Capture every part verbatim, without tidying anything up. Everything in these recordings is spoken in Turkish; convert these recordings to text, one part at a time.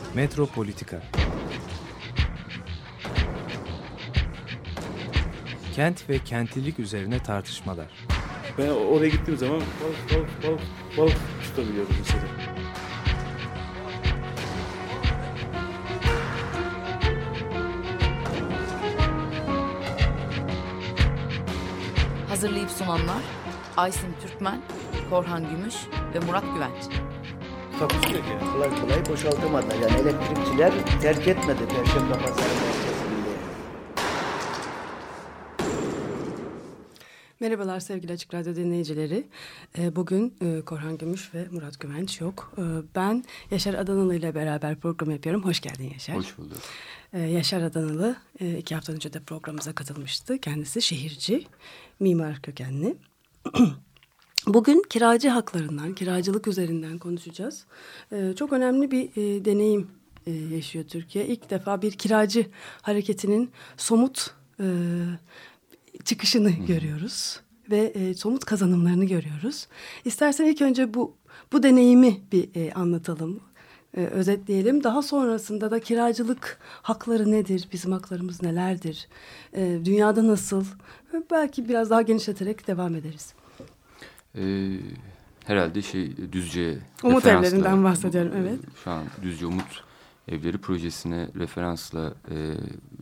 Metropolitika. Kent ve kentlilik üzerine tartışmalar. Ben oraya gittiğim zaman balık balık balık balık tutabiliyordum mesela. Hazırlayıp sunanlar Aysin Türkmen, Korhan Gümüş ve Murat Güvenç. Takusuyor ki. Kolay kolay boşaltamadı. Yani elektrikçiler terk etmedi Perşembe Pazarı merkezinde. Merhabalar sevgili Açık Radyo dinleyicileri. Bugün Korhan Gümüş ve Murat Güvenç yok. Ben Yaşar Adanalı ile beraber program yapıyorum. Hoş geldin Yaşar. Hoş bulduk. Yaşar Adanalı iki hafta önce de programımıza katılmıştı. Kendisi şehirci, mimar kökenli. Bugün kiracı haklarından, kiracılık üzerinden konuşacağız. Çok önemli bir deneyim yaşıyor Türkiye. İlk defa bir kiracı hareketinin somut çıkışını hmm. görüyoruz ve e, somut kazanımlarını görüyoruz. İstersen ilk önce bu bu deneyimi bir e, anlatalım, e, özetleyelim. Daha sonrasında da kiracılık hakları nedir, bizim haklarımız nelerdir, e, dünyada nasıl? Belki biraz daha genişleterek devam ederiz. Ee, herhalde şey Düzce Umut Evleri'nden bahsediyorum, evet. Şu an Düzce Umut Evleri projesine referansla e,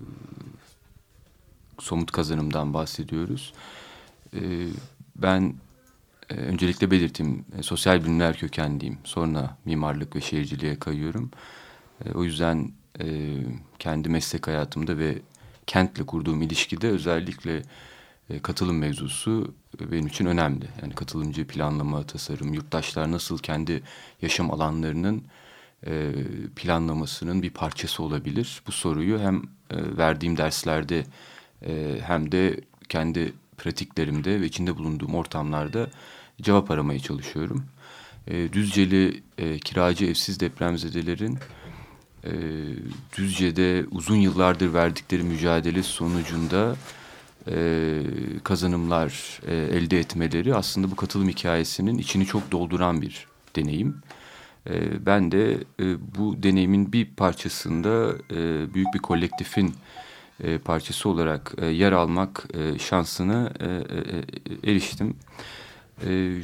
somut kazanımdan bahsediyoruz. Ee, ben e, öncelikle belirteyim, e, sosyal bilimler kökenliyim. Sonra mimarlık ve şehirciliğe kayıyorum. E, o yüzden e, kendi meslek hayatımda ve kentle kurduğum ilişkide özellikle e, katılım mevzusu e, benim için önemli. Yani katılımcı planlama, tasarım, yurttaşlar nasıl kendi yaşam alanlarının e, planlamasının bir parçası olabilir? Bu soruyu hem e, verdiğim derslerde Ee, hem de kendi pratiklerimde ve içinde bulunduğum ortamlarda cevap aramaya çalışıyorum. Ee, Düzceli e, kiracı evsiz depremzedelerin e, Düzce'de uzun yıllardır verdikleri mücadele sonucunda e, kazanımlar e, elde etmeleri aslında bu katılım hikayesinin içini çok dolduran bir deneyim. E, ben de e, bu deneyimin bir parçasında e, büyük bir kolektifin E, parçası olarak e, yer almak e, şansına e, e, eriştim. E,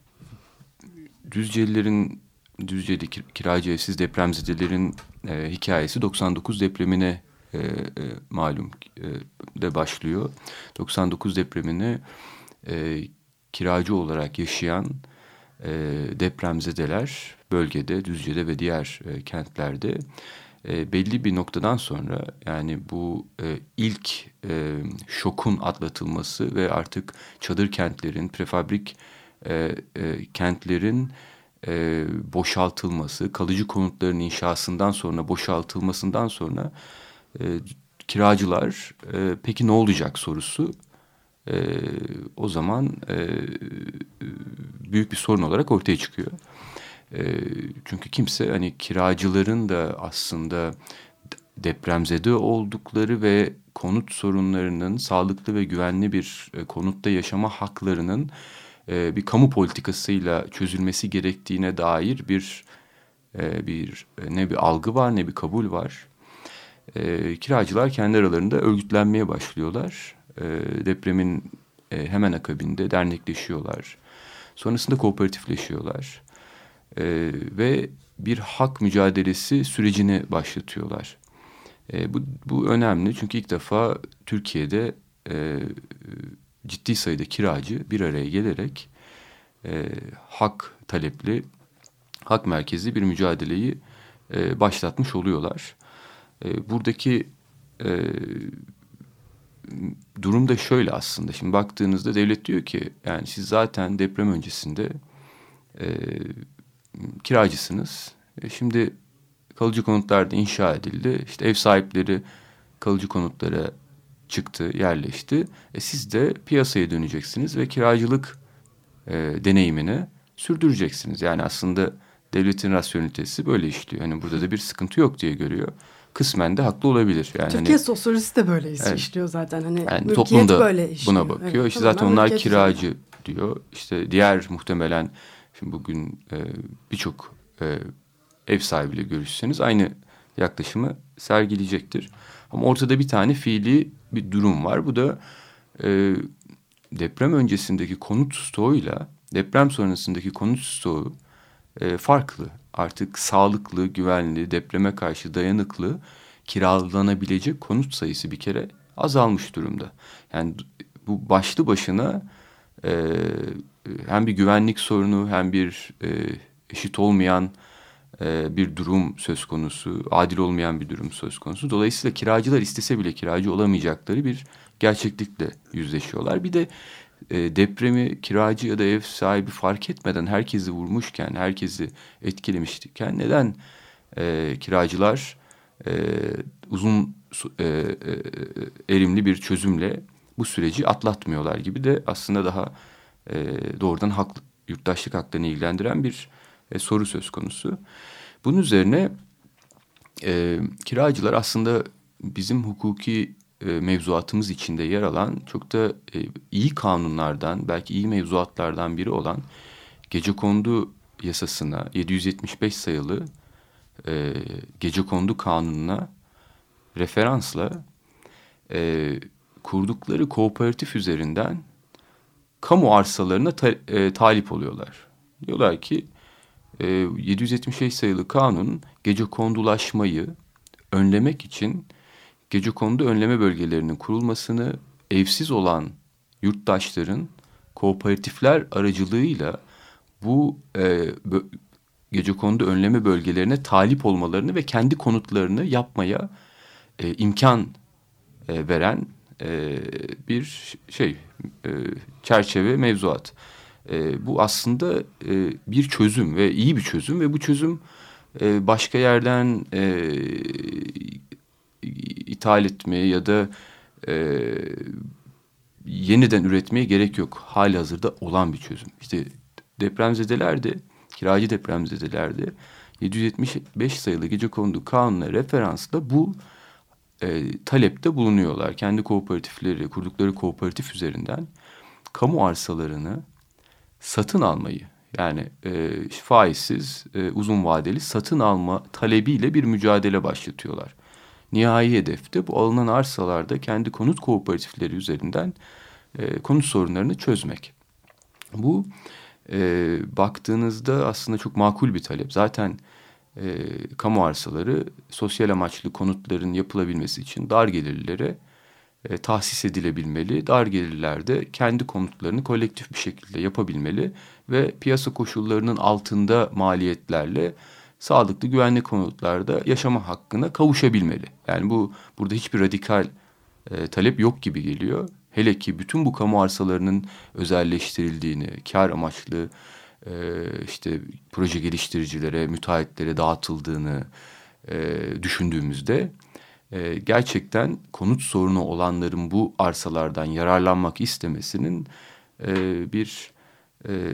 Düzcelilerin, Düzce'li kiracı evsiz depremzedelerin e, hikayesi doksan dokuz depremine e, e, malum e, de başlıyor. doksan dokuz depremini e, kiracı olarak yaşayan e, depremzedeler bölgede, Düzce'de ve diğer e, kentlerde E, belli bir noktadan sonra, yani bu e, ilk e, şokun atlatılması ve artık çadır kentlerin, prefabrik e, e, kentlerin e, boşaltılması, kalıcı konutların inşasından sonra boşaltılmasından sonra e, kiracılar e, peki ne olacak sorusu e, o zaman e, büyük bir sorun olarak ortaya çıkıyor. E, çünkü kimse hani kiracıların da aslında depremzede oldukları ve konut sorunlarının sağlıklı ve güvenli bir e, konutta yaşama haklarının e, bir kamu politikasıyla çözülmesi gerektiğine dair bir e, bir e, ne bir algı var ne bir kabul var. E, kiracılar kendi aralarında örgütlenmeye başlıyorlar. E, depremin e, hemen akabinde dernekleşiyorlar. Sonrasında kooperatifleşiyorlar. Ee, ve bir hak mücadelesi sürecini başlatıyorlar. Ee, bu, bu önemli çünkü ilk defa Türkiye'de e, ciddi sayıda kiracı bir araya gelerek e, hak talepli, hak merkezli bir mücadeleyi e, başlatmış oluyorlar. E, buradaki e, durum da şöyle aslında. Şimdi baktığınızda devlet diyor ki yani siz zaten deprem öncesinde e, kiracısınız. E şimdi kalıcı konutlar da inşa edildi. İşte ev sahipleri kalıcı konutlara çıktı, yerleşti. E siz de piyasaya döneceksiniz ve kiracılık e, deneyimini sürdüreceksiniz. Yani aslında devletin rasyonelitesi böyle işliyor. Hani burada da bir sıkıntı yok diye görüyor. Kısmen de haklı olabilir. Yani Türkiye hani, sosyolojisi de böyle evet, işliyor zaten. Hani yani toplum da böyle işliyor. buna bakıyor. Evet, işte zaten onlar kiracı üzerine diyor. İşte diğer muhtemelen şimdi bugün e, birçok e, ev sahibiyle görüşseniz aynı yaklaşımı sergileyecektir. Ama ortada bir tane fiili bir durum var. Bu da e, deprem öncesindeki konut stoğuyla deprem sonrasındaki konut stoğu e, farklı. Artık sağlıklı, güvenli, depreme karşı dayanıklı, kiralanabilecek konut sayısı bir kere azalmış durumda. Yani bu başlı başına e, hem bir güvenlik sorunu hem bir e, eşit olmayan e, bir durum söz konusu, adil olmayan bir durum söz konusu. Dolayısıyla kiracılar istese bile kiracı olamayacakları bir gerçeklikle yüzleşiyorlar. Bir de e, depremi kiracı ya da ev sahibi fark etmeden herkesi vurmuşken, herkesi etkilemişken neden e, kiracılar e, uzun e, e, erimli bir çözümle bu süreci atlatmıyorlar gibi de aslında daha e, doğrudan hak, yurttaşlık haklarını ilgilendiren bir e, soru söz konusu. Bunun üzerine e, kiracılar aslında bizim hukuki e, mevzuatımız içinde yer alan çok da e, iyi kanunlardan, belki iyi mevzuatlardan biri olan Gecekondu yasasına, yedi yüz yetmiş beş sayılı e, Gecekondu kanununa referansla e, kurdukları kooperatif üzerinden kamu arsalarına ta, e, talip oluyorlar. Diyorlar ki e, yedi yüz yetmiş beş sayılı kanun gecekondulaşmayı önlemek için gecekondu önleme bölgelerinin kurulmasını, evsiz olan yurttaşların kooperatifler aracılığıyla bu e, bö, gecekondu önleme bölgelerine talip olmalarını ve kendi konutlarını yapmaya e, imkan e, veren e, bir şey e, çerçeve mevzuat. E, bu aslında e, bir çözüm ve iyi bir çözüm ve bu çözüm e, başka yerden e, ithal etmeye ya da e, yeniden üretmeye gerek yok. Halihazırda olan bir çözüm. İşte depremzedeler de, kiracı depremzedeler de yedi yüz yetmiş beş sayılı Gecekondu kanununa referansla bu e, talepte bulunuyorlar. Kendi kooperatifleri, kurdukları kooperatif üzerinden kamu arsalarını satın almayı, yani e, faizsiz, e, uzun vadeli satın alma talebiyle bir mücadele başlatıyorlar. Nihai hedef de bu alınan arsalarda kendi konut kooperatifleri üzerinden e, konut sorunlarını çözmek. Bu e, baktığınızda aslında çok makul bir talep. Zaten e, kamu arsaları sosyal amaçlı konutların yapılabilmesi için dar gelirlilere e, tahsis edilebilmeli. Dar gelirliler de kendi konutlarını kolektif bir şekilde yapabilmeli ve piyasa koşullarının altında maliyetlerle sağlıklı, güvenli konutlarda yaşama hakkına kavuşabilmeli. Yani bu burada hiçbir radikal e, talep yok gibi geliyor. Hele ki bütün bu kamu arsalarının özelleştirildiğini, kar amaçlı e, işte proje geliştiricilere, müteahhitlere dağıtıldığını e, düşündüğümüzde e, gerçekten konut sorunu olanların bu arsalardan yararlanmak istemesinin e, bir e,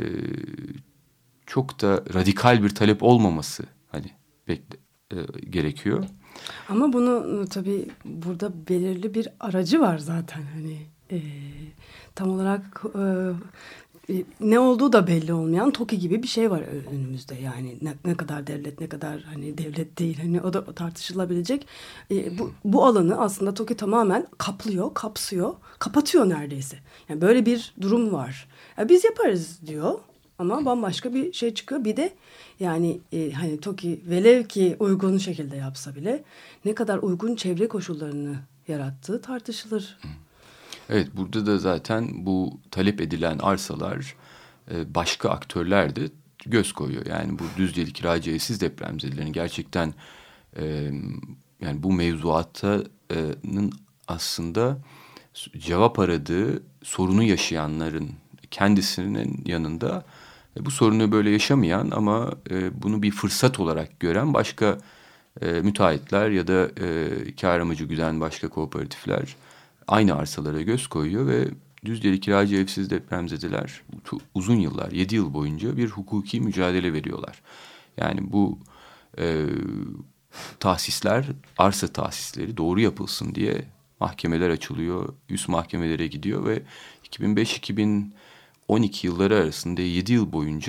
çok da radikal bir talep olmaması hani bekle, e, gerekiyor. Ama bunu tabii burada belirli bir aracı var zaten hani e, tam olarak e, ne olduğu da belli olmayan TOKİ gibi bir şey var önümüzde yani ne, ne kadar devlet ne kadar hani devlet değil hani o da tartışılabilecek e, bu, bu alanı aslında TOKİ tamamen kaplıyor, kapsıyor, kapatıyor neredeyse. Yani böyle bir durum var. Yani biz yaparız diyor. Ama bambaşka bir şey çıkıyor. Bir de yani e, hani TOKİ velev ki uygun şekilde yapsa bile ne kadar uygun çevre koşullarını yarattığı tartışılır. Evet, burada da zaten bu talep edilen arsalar e, başka aktörler de göz koyuyor. Yani bu Düzceli kiracı evsiz depremzedelerin gerçekten e, yani bu mevzuatının aslında cevap aradığı sorunu yaşayanların kendisinin yanında bu sorunu böyle yaşamayan ama e, bunu bir fırsat olarak gören başka e, müteahhitler ya da e, kar amacı güden başka kooperatifler aynı arsalara göz koyuyor ve Düzceli kiracı evsiz depremzedeler uzun yıllar, yedi yıl boyunca bir hukuki mücadele veriyorlar. Yani bu e, tahsisler, arsa tahsisleri doğru yapılsın diye mahkemeler açılıyor, üst mahkemelere gidiyor ve iki bin beş iki bin on iki yılları arasında yedi yıl boyunca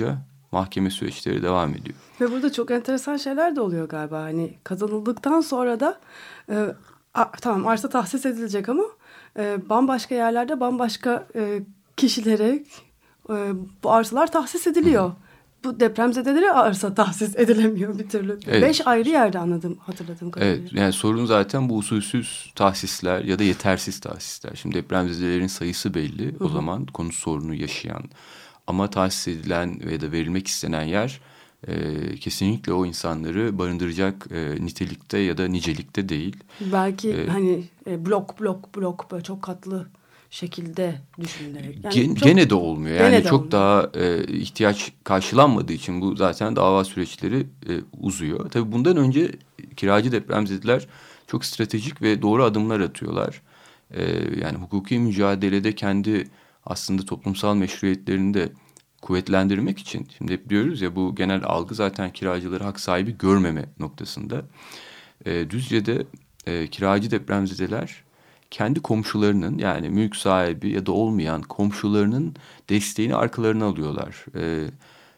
mahkeme süreçleri devam ediyor. Ve burada çok enteresan şeyler de oluyor galiba. Hani kazanıldıktan sonra da e, a, tamam arsa tahsis edilecek ama e, bambaşka yerlerde bambaşka e, kişilere e, bu arsalar tahsis ediliyor. Hı. Bu depremzedelere arsa tahsis edilemiyor bir türlü. Evet. Beş ayrı yerde anladım, hatırladığım kadarıyla. Evet, yani sorun zaten bu usulsüz tahsisler ya da yetersiz tahsisler. Şimdi depremzedelerin sayısı belli. Hı-hı. O zaman konut sorunu yaşayan ama tahsis edilen ya da verilmek istenen yer e, kesinlikle o insanları barındıracak e, nitelikte ya da nicelikte değil. Belki ee, hani e, blok blok blok böyle çok katlı şekilde düşünülerek. Yani gen, çok, gene de olmuyor. Yani de çok olmuyor. daha e, ihtiyaç karşılanmadığı için bu zaten dava süreçleri e, uzuyor. Tabii bundan önce kiracı depremzedeler çok stratejik ve doğru adımlar atıyorlar. E, yani hukuki mücadelede kendi aslında toplumsal meşruiyetlerini de kuvvetlendirmek için. Şimdi hep diyoruz ya, bu genel algı zaten kiracıları hak sahibi görmeme noktasında. E, Düzce'de e, kiracı depremzedeler kendi komşularının, yani mülk sahibi ya da olmayan komşularının desteğini arkalarına alıyorlar. E,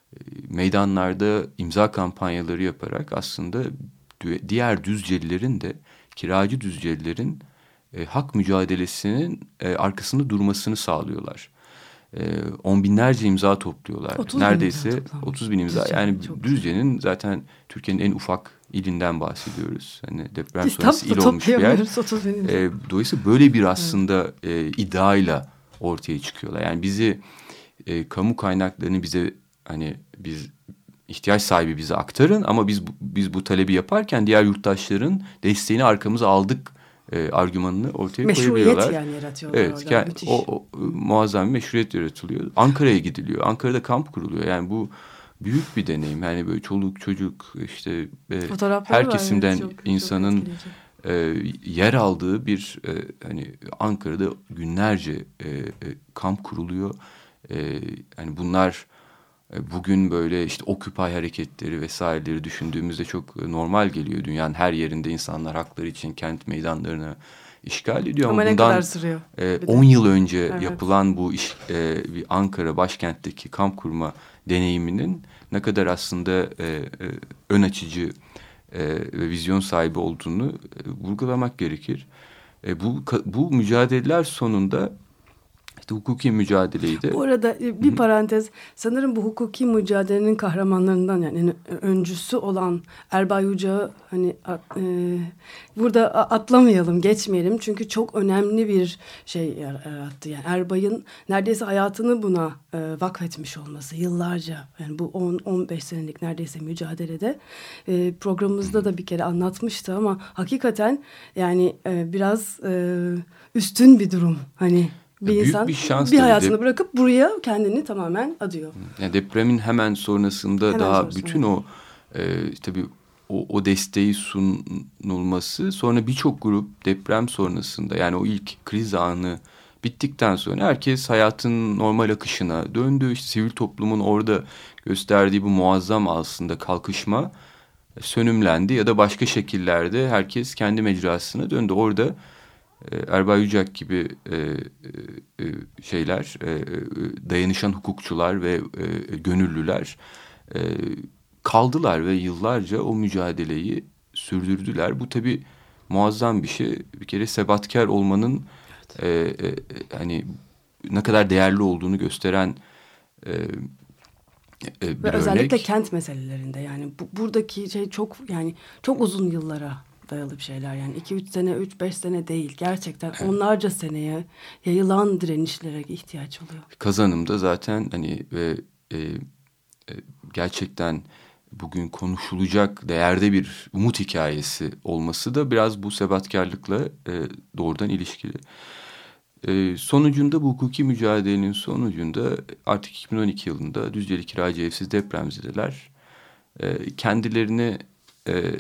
meydanlarda imza kampanyaları yaparak aslında diğer Düzcelilerin de kiracı Düzcelilerin e, hak mücadelesinin e, arkasında durmasını sağlıyorlar. E, on binlerce imza topluyorlar. Neredeyse otuz bin imza. Yani Düzce'nin zaten Türkiye'nin en ufak ilinden bahsediyoruz. Hani deprem sonrası il olmuş bir yer. E, dolayısıyla böyle bir aslında e, iddiayla ortaya çıkıyorlar. Yani bizi e, kamu kaynaklarını bize hani biz ihtiyaç sahibi bize aktarın ama biz biz bu talebi yaparken diğer yurttaşların desteğini arkamıza aldık e, argümanını ortaya meşruiyet koyabiliyorlar. Meşruiyet yani yaratıyorlar evet, orada. Yani o, o muazzam bir meşruiyet yaratılıyor. Ankara'ya gidiliyor. Ankara'da kamp kuruluyor. Yani bu büyük bir deneyim. Yani böyle çoluk çocuk işte e, her kesimden yani, çok, insanın çok e, yer aldığı bir e, hani Ankara'da günlerce e, e, kamp kuruluyor. E, hani bunlar e, bugün böyle işte Occupy hareketleri vesaireleri düşündüğümüzde çok normal geliyor. Dünyanın her yerinde insanlar hakları için kent meydanlarını işgal ediyor. Ama, Ama bundan ne kadar sürüyor? on yıl önce evet. yapılan bu iş e, bir Ankara başkentteki kamp kurma deneyiminin ne kadar aslında e, e, ön açıcı e, ve vizyon sahibi olduğunu e, vurgulamak gerekir. E, bu bu mücadeleler sonunda işte hukuki mücadeleyi de... Bu arada bir Hı-hı. parantez, sanırım bu hukuki mücadelenin kahramanlarından yani öncüsü olan Erbay Ucağı hani e, burada atlamayalım, geçmeyelim. Çünkü çok önemli bir şey yarattı. Yani Erbay'ın neredeyse hayatını buna e, vakfetmiş olması yıllarca. Yani bu on on beş senelik neredeyse mücadelede e, programımızda da bir kere anlatmıştı ama hakikaten yani e, biraz e, üstün bir durum. Hani bir Büyük insan bir, şans bir hayatını de, bırakıp buraya kendini tamamen adıyor. Yani depremin hemen sonrasında hemen daha sonrasında. bütün o e, tabii o, o desteği sunulması, sonra birçok grup deprem sonrasında yani o ilk kriz anı bittikten sonra herkes hayatın normal akışına döndü. İşte sivil toplumun orada gösterdiği bu muazzam aslında kalkışma sönümlendi ya da başka şekillerde herkes kendi mecrasına döndü. Orada Erbay Ucak gibi e, e, şeyler, e, dayanışan hukukçular ve e, gönüllüler e, kaldılar ve yıllarca o mücadeleyi sürdürdüler. Bu tabii muazzam bir şey. Bir kere sebatkar olmanın evet. e, e, hani ne kadar değerli olduğunu gösteren e, e, bir ve özellikle örnek. Kent meselelerinde yani bu, buradaki şey çok yani çok uzun yıllara dayalı bir şeyler yani iki üç sene üç beş sene değil gerçekten evet. onlarca seneye yayılan direnişlere ihtiyaç oluyor. Kazanımda zaten hani ve e, e, gerçekten bugün konuşulacak değerde bir umut hikayesi olması da biraz bu sebatkarlıkla e, doğrudan ilişkili. E, sonucunda bu hukuki mücadelenin sonucunda artık iki bin on iki yılında Düzceli Kiracı Evsiz Depremzedeler e, kendilerini e, e,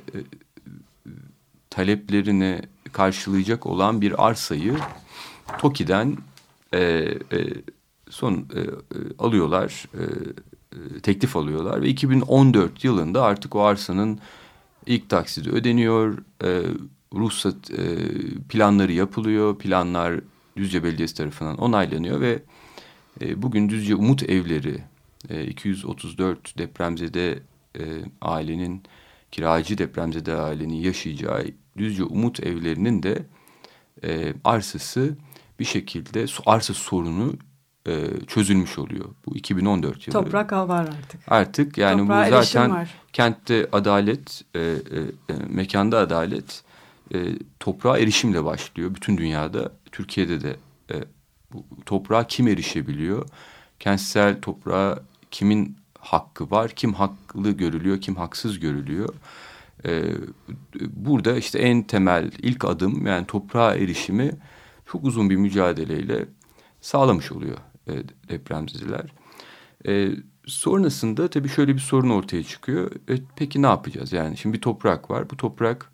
taleplerini karşılayacak olan bir arsayı TOKİ'den e, e, son e, e, alıyorlar, e, e, teklif alıyorlar ve iki bin on dört yılında artık o arsanın ilk taksidi ödeniyor, e, ruhsat e, planları yapılıyor, planlar Düzce Belediyesi tarafından onaylanıyor ve e, bugün Düzce Umut Evleri e, iki yüz otuz dört depremzede e, ailenin, kiracı depremzede ailenin yaşayacağı Düzce Umut Evleri'nin de e, arsası bir şekilde arsa sorunu e, çözülmüş oluyor. Bu iki bin on dört yılı. Toprak var artık. Artık yani Toprağa bu zaten var. Kentte adalet, e, e, e, mekanda adalet, e, toprağa erişimle başlıyor. Bütün dünyada, Türkiye'de de e, bu, toprağa kim erişebiliyor? Kentsel toprağa kimin hakkı var? Kim haklı görülüyor, kim haksız görülüyor? E, burada işte en temel ilk adım, yani toprağa erişimi çok uzun bir mücadeleyle sağlamış oluyor e, depremzedeler. E, sonrasında tabii şöyle bir sorun ortaya çıkıyor. E, peki ne yapacağız? Yani şimdi bir toprak var. Bu toprak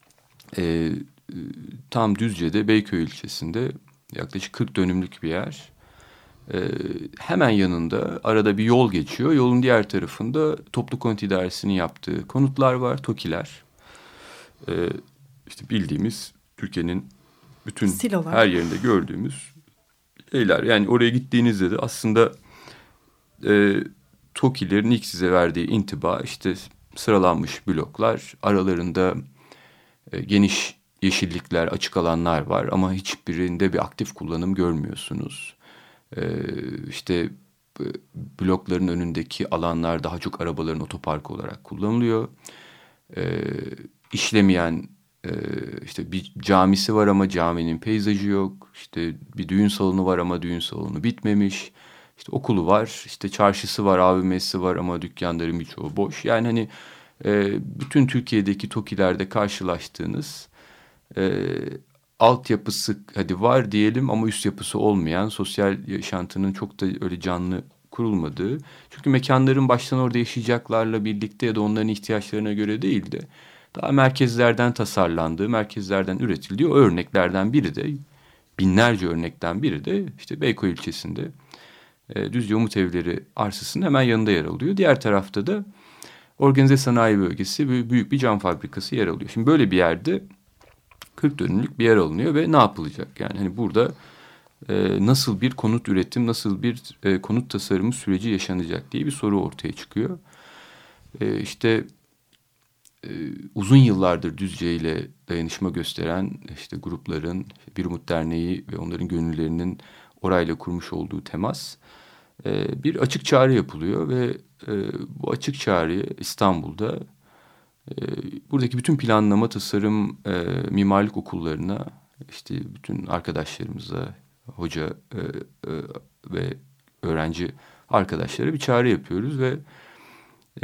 e, tam Düzce'de, Beyköy ilçesinde yaklaşık kırk dönümlük bir yer. E, hemen yanında arada bir yol geçiyor. Yolun diğer tarafında toplu konut idaresinin yaptığı konutlar var, TOKİ'ler. E, işte bildiğimiz Türkiye'nin bütün Silolar. Her yerinde gördüğümüz şeyler. Yani oraya gittiğinizde de aslında e, TOKİ'lerin ilk size verdiği intiba işte sıralanmış bloklar, aralarında e, geniş yeşillikler, açık alanlar var ama hiçbirinde bir aktif kullanım görmüyorsunuz. E, işte e, blokların önündeki alanlar daha çok arabaların otoparkı olarak kullanılıyor. E, işlemeyen e, işte bir camisi var ama caminin peyzajı yok. İşte bir düğün salonu var ama düğün salonu bitmemiş. İşte okulu var, işte çarşısı var, A V M'si var ama dükkanların birçoğu boş. Yani hani e, bütün Türkiye'deki TOKİ'lerde karşılaştığınız e, altyapısı hadi var diyelim ama üst yapısı olmayan, sosyal yaşantının çok da öyle canlı kurulmadığı. Çünkü mekanların baştan orada yaşayacaklarla birlikte ya da onların ihtiyaçlarına göre değil de daha merkezlerden tasarlandığı, merkezlerden üretildiği o örneklerden biri de, binlerce örnekten biri de işte Beykoy ilçesinde e, Düzce Umut Evleri arsasının hemen yanında yer alıyor. Diğer tarafta da organize sanayi bölgesi, büyük bir cam fabrikası yer alıyor. Şimdi böyle bir yerde kırk dönümlük bir yer alınıyor ve ne yapılacak? Yani hani burada e, nasıl bir konut üretim, nasıl bir e, konut tasarımı süreci yaşanacak diye bir soru ortaya çıkıyor. E, işte e, uzun yıllardır Düzce ile dayanışma gösteren işte grupların, Bir Umut Derneği ve onların gönüllerinin orayla kurmuş olduğu temas, e, bir açık çağrı yapılıyor ve e, bu açık çağrıyı İstanbul'da e, buradaki bütün planlama, tasarım, e, mimarlık okullarına, işte bütün arkadaşlarımıza, hoca e, e, ve öğrenci arkadaşlara bir çağrı yapıyoruz ve e,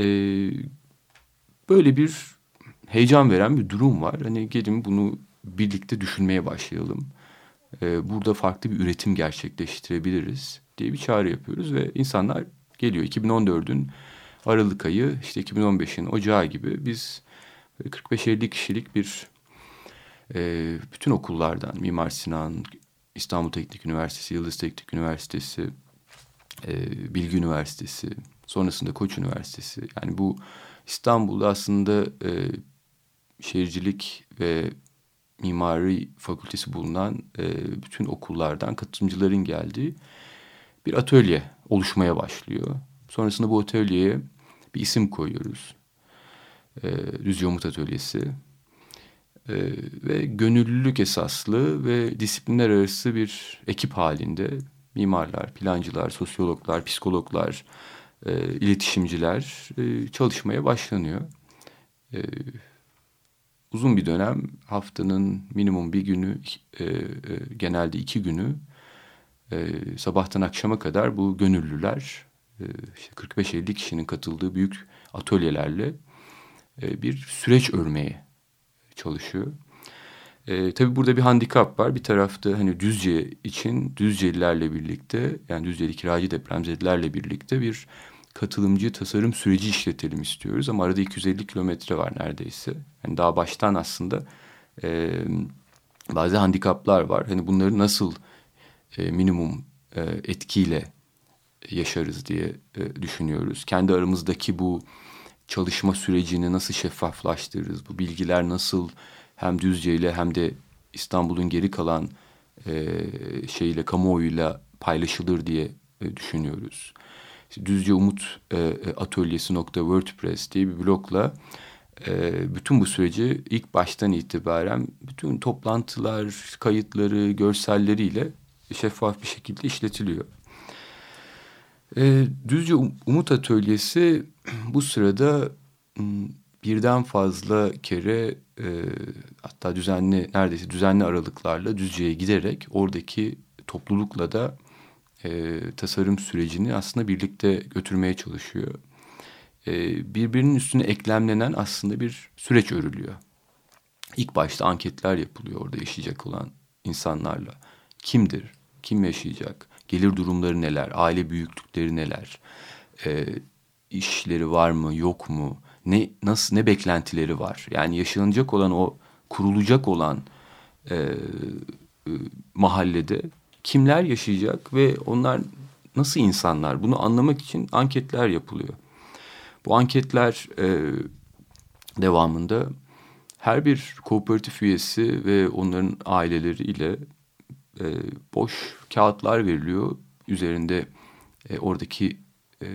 böyle bir heyecan veren bir durum var. Hani gelin bunu birlikte düşünmeye başlayalım. E, burada farklı bir üretim gerçekleştirebiliriz diye bir çağrı yapıyoruz ve insanlar geliyor. iki bin on dördün Aralık ayı, işte iki bin on beşin Ocağı gibi biz kırk beş elli kişilik bir e, bütün okullardan, Mimar Sinan, İstanbul Teknik Üniversitesi, Yıldız Teknik Üniversitesi, e, Bilgi Üniversitesi, sonrasında Koç Üniversitesi. Yani bu İstanbul'da aslında e, şehircilik ve mimari fakültesi bulunan e, bütün okullardan katılımcıların geldiği bir atölye oluşmaya başlıyor. Sonrasında bu atölyeye bir isim koyuyoruz. E, Düzce Umut Atölyesi. E, ve gönüllülük esaslı ve disiplinler arası bir ekip halinde mimarlar, plancılar, sosyologlar, psikologlar, e, iletişimciler e, çalışmaya başlanıyor. E, uzun bir dönem, haftanın minimum bir günü, e, e, genelde iki günü e, sabahtan akşama kadar bu gönüllüler e, işte kırk beş elli kişinin katıldığı büyük atölyelerle e, bir süreç örmeye çalışıyor. E, tabii burada bir handikap var. Bir tarafta hani Düzce için Düzcelilerle birlikte, yani Düzceli kiracı depremzedelerle birlikte bir katılımcı tasarım süreci işletelim istiyoruz. Ama arada iki yüz elli kilometre var neredeyse. Yani daha baştan aslında e, bazı handikaplar var. Hani bunları nasıl e, minimum e, etkiyle yaşarız diye e, düşünüyoruz. Kendi aramızdaki bu çalışma sürecini nasıl şeffaflaştırırız? Bu bilgiler nasıl hem Düzce ile hem de İstanbul'un geri kalan e, şeyle, kamuoyuyla paylaşılır diye e, düşünüyoruz. işte Düzce Umut e, Atölyesi nokta wordpress diye bir blogla e, bütün bu süreci ilk baştan itibaren bütün toplantılar, kayıtları, görselleriyle şeffaf bir şekilde işletiliyor. E, Düzce Umut Atölyesi bu sırada birden fazla kere e, hatta düzenli neredeyse düzenli aralıklarla Düzce'ye giderek oradaki toplulukla da e, tasarım sürecini aslında birlikte götürmeye çalışıyor. E, birbirinin üstüne eklemlenen aslında bir süreç örülüyor. İlk başta anketler yapılıyor orada yaşayacak olan insanlarla. Kimdir? Kim yaşayacak? Gelir durumları neler? Aile büyüklükleri neler? E, işleri var mı? Yok mu? Ne nasıl ne beklentileri var? Yani yaşanacak olan o kurulacak olan e, e, mahallede kimler yaşayacak ve onlar nasıl insanlar? Bunu anlamak için anketler yapılıyor. Bu anketler e, devamında her bir kooperatif üyesi ve onların aileleriyle e, boş kağıtlar veriliyor. Üzerinde e, oradaki e,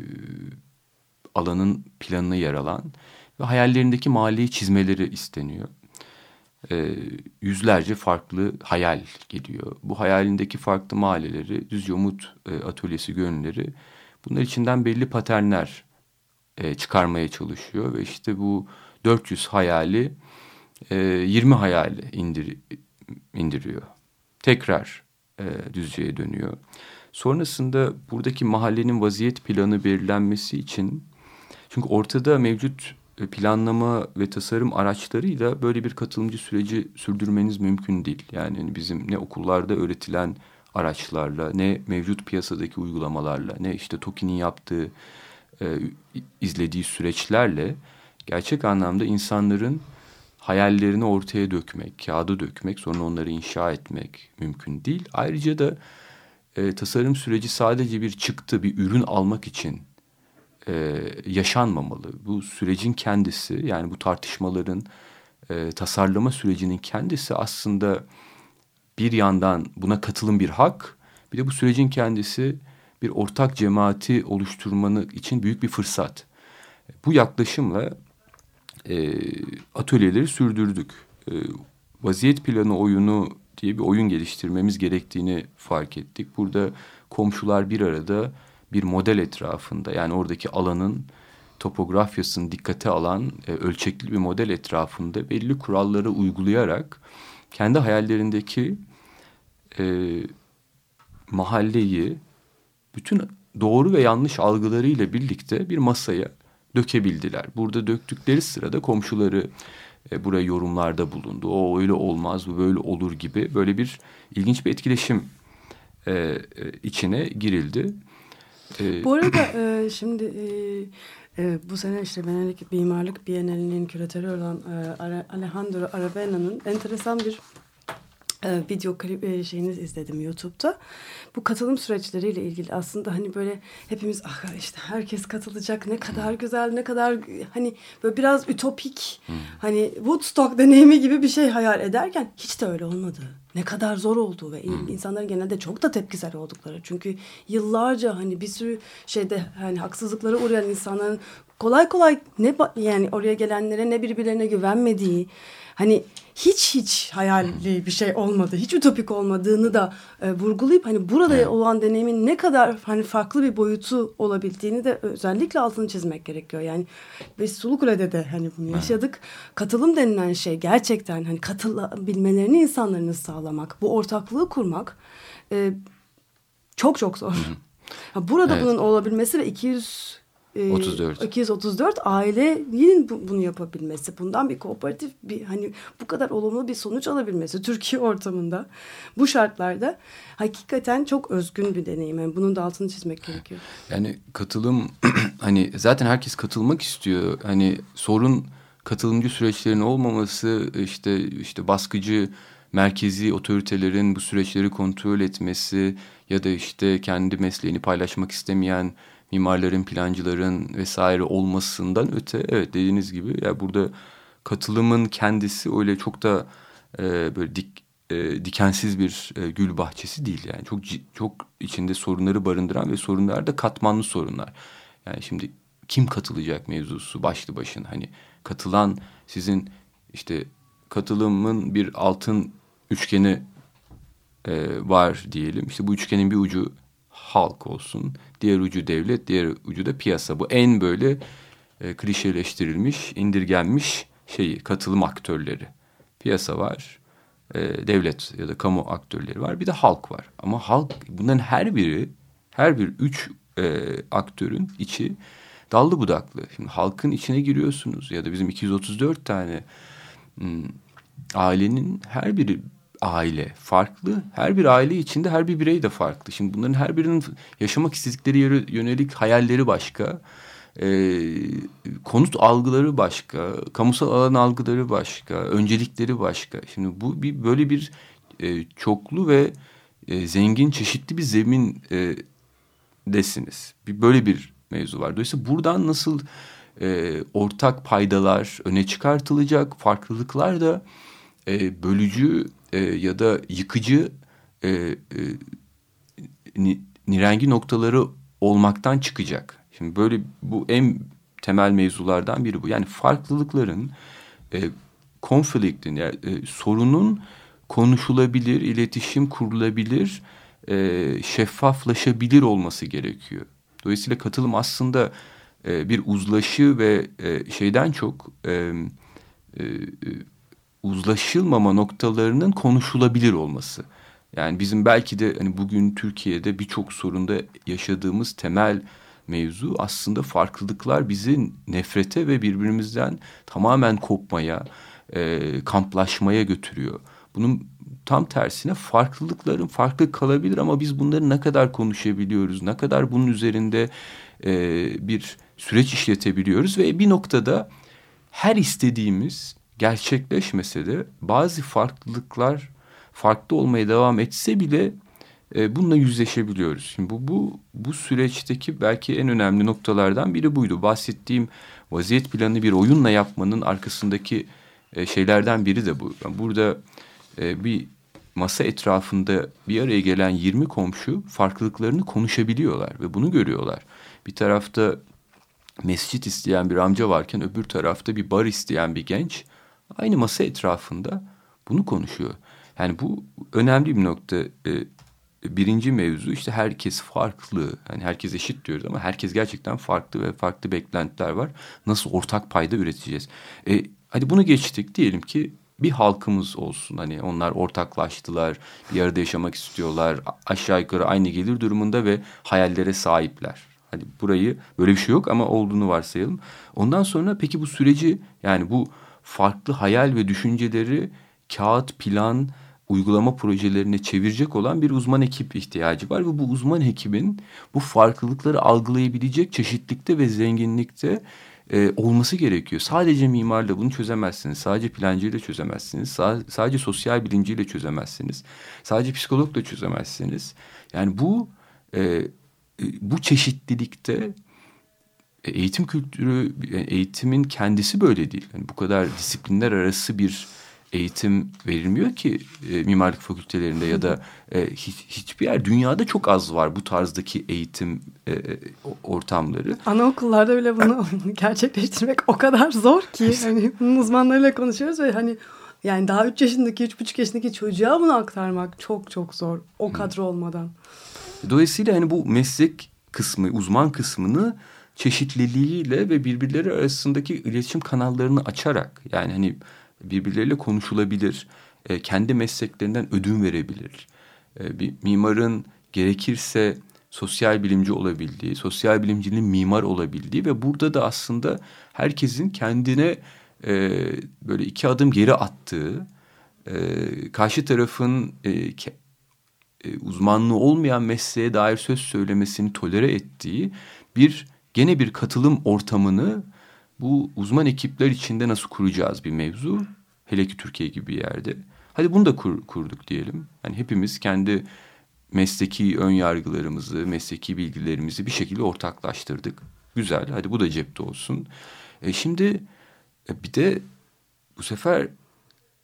alanın planına yer alan ve hayallerindeki mahalleyi çizmeleri isteniyor. E, yüzlerce farklı hayal geliyor. Bu hayalindeki farklı mahalleleri, Düzce Umut e, Atölyesi gönülleri bunlar içinden belli paternler e, çıkarmaya çalışıyor ve işte bu dört yüz hayali e, yirmi hayali indir, indiriyor. Tekrar e, Düzce'ye dönüyor. Sonrasında buradaki mahallenin vaziyet planı belirlenmesi için, çünkü ortada mevcut planlama ve tasarım araçlarıyla böyle bir katılımcı süreci sürdürmeniz mümkün değil. Yani bizim ne okullarda öğretilen araçlarla, ne mevcut piyasadaki uygulamalarla, ne işte TOKİ'nin yaptığı, e, izlediği süreçlerle gerçek anlamda insanların hayallerini ortaya dökmek, kağıda dökmek, sonra onları inşa etmek mümkün değil. Ayrıca da e, tasarım süreci sadece bir çıktı, bir ürün almak için e, yaşanmamalı. Bu sürecin kendisi, yani bu tartışmaların, e, tasarlama sürecinin kendisi aslında bir yandan buna katılım bir hak, bir de bu sürecin kendisi bir ortak cemaati oluşturmanı için büyük bir fırsat. Bu yaklaşımla e, atölyeleri sürdürdük. E, vaziyet planı oyunu diye bir oyun geliştirmemiz gerektiğini fark ettik. Burada komşular bir arada bir model etrafında, yani oradaki alanın topografyasını dikkate alan e, ölçekli bir model etrafında belli kuralları uygulayarak kendi hayallerindeki e, mahalleyi bütün doğru ve yanlış algılarıyla birlikte bir masaya dökebildiler. Burada döktükleri sırada komşuları e, buraya yorumlarda bulundu. O öyle olmaz, bu böyle olur gibi böyle bir ilginç bir etkileşim e, e, içine girildi. E, bu arada e, şimdi e, e, bu sene işte Venedik Mimarlık Bienalinin küratörü olan e, Alejandro Aravena'nın enteresan bir e, video klip e, şeyini izledim YouTube'da. Bu katılım süreçleriyle ilgili aslında hani böyle hepimiz ah işte herkes katılacak, ne kadar güzel, ne kadar hani böyle biraz ütopik, hmm. hani Woodstock deneyimi gibi bir şey hayal ederken hiç de öyle olmadı. Ne kadar zor olduğu ve hmm. insanların genelde çok da tepkisel oldukları. Çünkü yıllarca hani bir sürü şeyde hani haksızlıklara uğrayan insanların kolay kolay ne yani oraya gelenlere ne birbirlerine güvenmediği, hani hiç hiç hayali bir şey olmadı, hiç ütopik olmadığını da e, vurgulayıp hani burada evet. olan deneyimin ne kadar hani farklı bir boyutu olabildiğini de özellikle altını çizmek gerekiyor. Yani biz Sulukule'de de hani bunu yaşadık. Evet. Katılım denilen şey gerçekten hani katılabilmelerini insanların sağlamak, bu ortaklığı kurmak e, çok çok zor. Ha, burada evet. bunun olabilmesi ve iki yüz otuz dört iki yüz otuz dört ailenin bunu yapabilmesi, bundan bir kooperatif bir hani bu kadar olumlu bir sonuç alabilmesi Türkiye ortamında bu şartlarda hakikaten çok özgün bir deneyim. Yani bunun da altını çizmek gerekiyor. Yani katılım hani zaten herkes katılmak istiyor. Hani sorun katılımcı süreçlerin olmaması, işte işte baskıcı merkezi otoritelerin bu süreçleri kontrol etmesi ya da işte kendi mesleğini paylaşmak istemeyen mimarların, plancıların vesaire olmasından öte, evet dediğiniz gibi yani burada katılımın kendisi öyle çok da e, böyle dik e, dikensiz bir e, gül bahçesi değil. Yani çok çok içinde sorunları barındıran ve sorunlar da katmanlı sorunlar. Yani şimdi kim katılacak mevzusu başlı başına. Hani katılan sizin işte katılımın bir altın üçgeni e, var diyelim. İşte bu üçgenin bir ucu halk olsun, diğer ucu devlet, diğer ucu da piyasa. Bu en böyle e, klişeleştirilmiş, indirgenmiş şeyi, katılım aktörleri. Piyasa var, e, devlet ya da kamu aktörleri var, bir de halk var. Ama halk, bunların her biri, her bir üç e, aktörün içi dallı budaklı. Şimdi halkın içine giriyorsunuz ya da bizim iki yüz otuz dört tane m, ailenin her biri aile farklı. Her bir aile içinde her bir birey de farklı. Şimdi bunların her birinin yaşamak istedikleri yere yönelik hayalleri başka. E, konut algıları başka. Kamusal alan algıları başka. Öncelikleri başka. Şimdi bu bir böyle bir e, çoklu ve e, zengin, çeşitli bir zemin e, desiniz. Bir böyle bir mevzu var. Dolayısıyla buradan nasıl e, ortak paydalar öne çıkartılacak, farklılıklar da e, bölücü e, ya da yıkıcı e, e, ni, nirengi noktaları olmaktan çıkacak. Şimdi böyle bu en temel mevzulardan biri bu. Yani farklılıkların, e, konfliktin, yani e, sorunun konuşulabilir, iletişim kurulabilir, e, şeffaflaşabilir olması gerekiyor. Dolayısıyla katılım aslında e, bir uzlaşı ve e, şeyden çok e, e, uzlaşılmama noktalarının konuşulabilir olması. Yani bizim belki de hani bugün Türkiye'de birçok sorunda yaşadığımız temel mevzu aslında farklılıklar bizi nefrete ve birbirimizden tamamen kopmaya, e, kamplaşmaya götürüyor. Bunun tam tersine farklılıkların farklı kalabilir ama biz bunları ne kadar konuşabiliyoruz, ne kadar bunun üzerinde e, bir süreç işletebiliyoruz ve bir noktada her istediğimiz gerçekleşmese de bazı farklılıklar farklı olmaya devam etse bile e, bununla yüzleşebiliyoruz. Şimdi bu, bu, bu süreçteki belki en önemli noktalardan biri buydu. Bahsettiğim vaziyet planı bir oyunla yapmanın arkasındaki e, şeylerden biri de bu. Yani burada e, bir masa etrafında bir araya gelen yirmi komşu farklılıklarını konuşabiliyorlar ve bunu görüyorlar. Bir tarafta mescit isteyen bir amca varken öbür tarafta bir bar isteyen bir genç aynı masa etrafında bunu konuşuyor. Yani bu önemli bir nokta. Ee, birinci mevzu işte herkes farklı. Yani herkes eşit diyoruz ama herkes gerçekten farklı ve farklı beklentiler var. Nasıl ortak payda üreteceğiz? Ee, hadi bunu geçtik. Diyelim ki bir halkımız olsun. Hani onlar ortaklaştılar, bir arada yaşamak istiyorlar. Aşağı yukarı aynı gelir durumunda ve hayallere sahipler. Hani burayı böyle bir şey yok ama olduğunu varsayalım. Ondan sonra peki bu süreci yani bu farklı hayal ve düşünceleri kağıt, plan, uygulama projelerine çevirecek olan bir uzman ekip ihtiyacı var. Ve bu uzman ekibin bu farklılıkları algılayabilecek çeşitlilikte ve zenginlikte e, olması gerekiyor. Sadece mimarla bunu çözemezsiniz. Sadece plancıyla çözemezsiniz. Sa- sadece sosyal bilimciyle çözemezsiniz. Sadece psikologla çözemezsiniz. Yani bu e, bu çeşitlilikte eğitim kültürü, eğitimin kendisi böyle değil. Yani bu kadar disiplinler arası bir eğitim verilmiyor ki e, mimarlık fakültelerinde ya da e, hiç, hiçbir yer. Dünyada çok az var bu tarzdaki eğitim e, ortamları. Anaokullarda bile bunu gerçekleştirmek o kadar zor ki. Hani bunun uzmanlarıyla konuşuyoruz ve hani yani daha üç yaşındaki, üç buçuk yaşındaki çocuğa bunu aktarmak çok çok zor. O kadro olmadan. Dolayısıyla hani bu meslek kısmı, uzman kısmını çeşitliliğiyle ve birbirleri arasındaki iletişim kanallarını açarak yani hani birbirleriyle konuşulabilir, e, kendi mesleklerinden ödün verebilir. E, bir mimarın gerekirse sosyal bilimci olabildiği, sosyal bilimcinin mimar olabildiği ve burada da aslında herkesin kendine e, böyle iki adım geri attığı, e, karşı tarafın e, ke, e, uzmanlığı olmayan mesleğe dair söz söylemesini tolere ettiği bir gene bir katılım ortamını bu uzman ekipler içinde nasıl kuracağız bir mevzu. Hele ki Türkiye gibi bir yerde. Hadi bunu da kur, kurduk diyelim. Yani hepimiz kendi mesleki ön yargılarımızı, mesleki bilgilerimizi bir şekilde ortaklaştırdık. Güzel. Hadi bu da cepte olsun. E şimdi e bir de bu sefer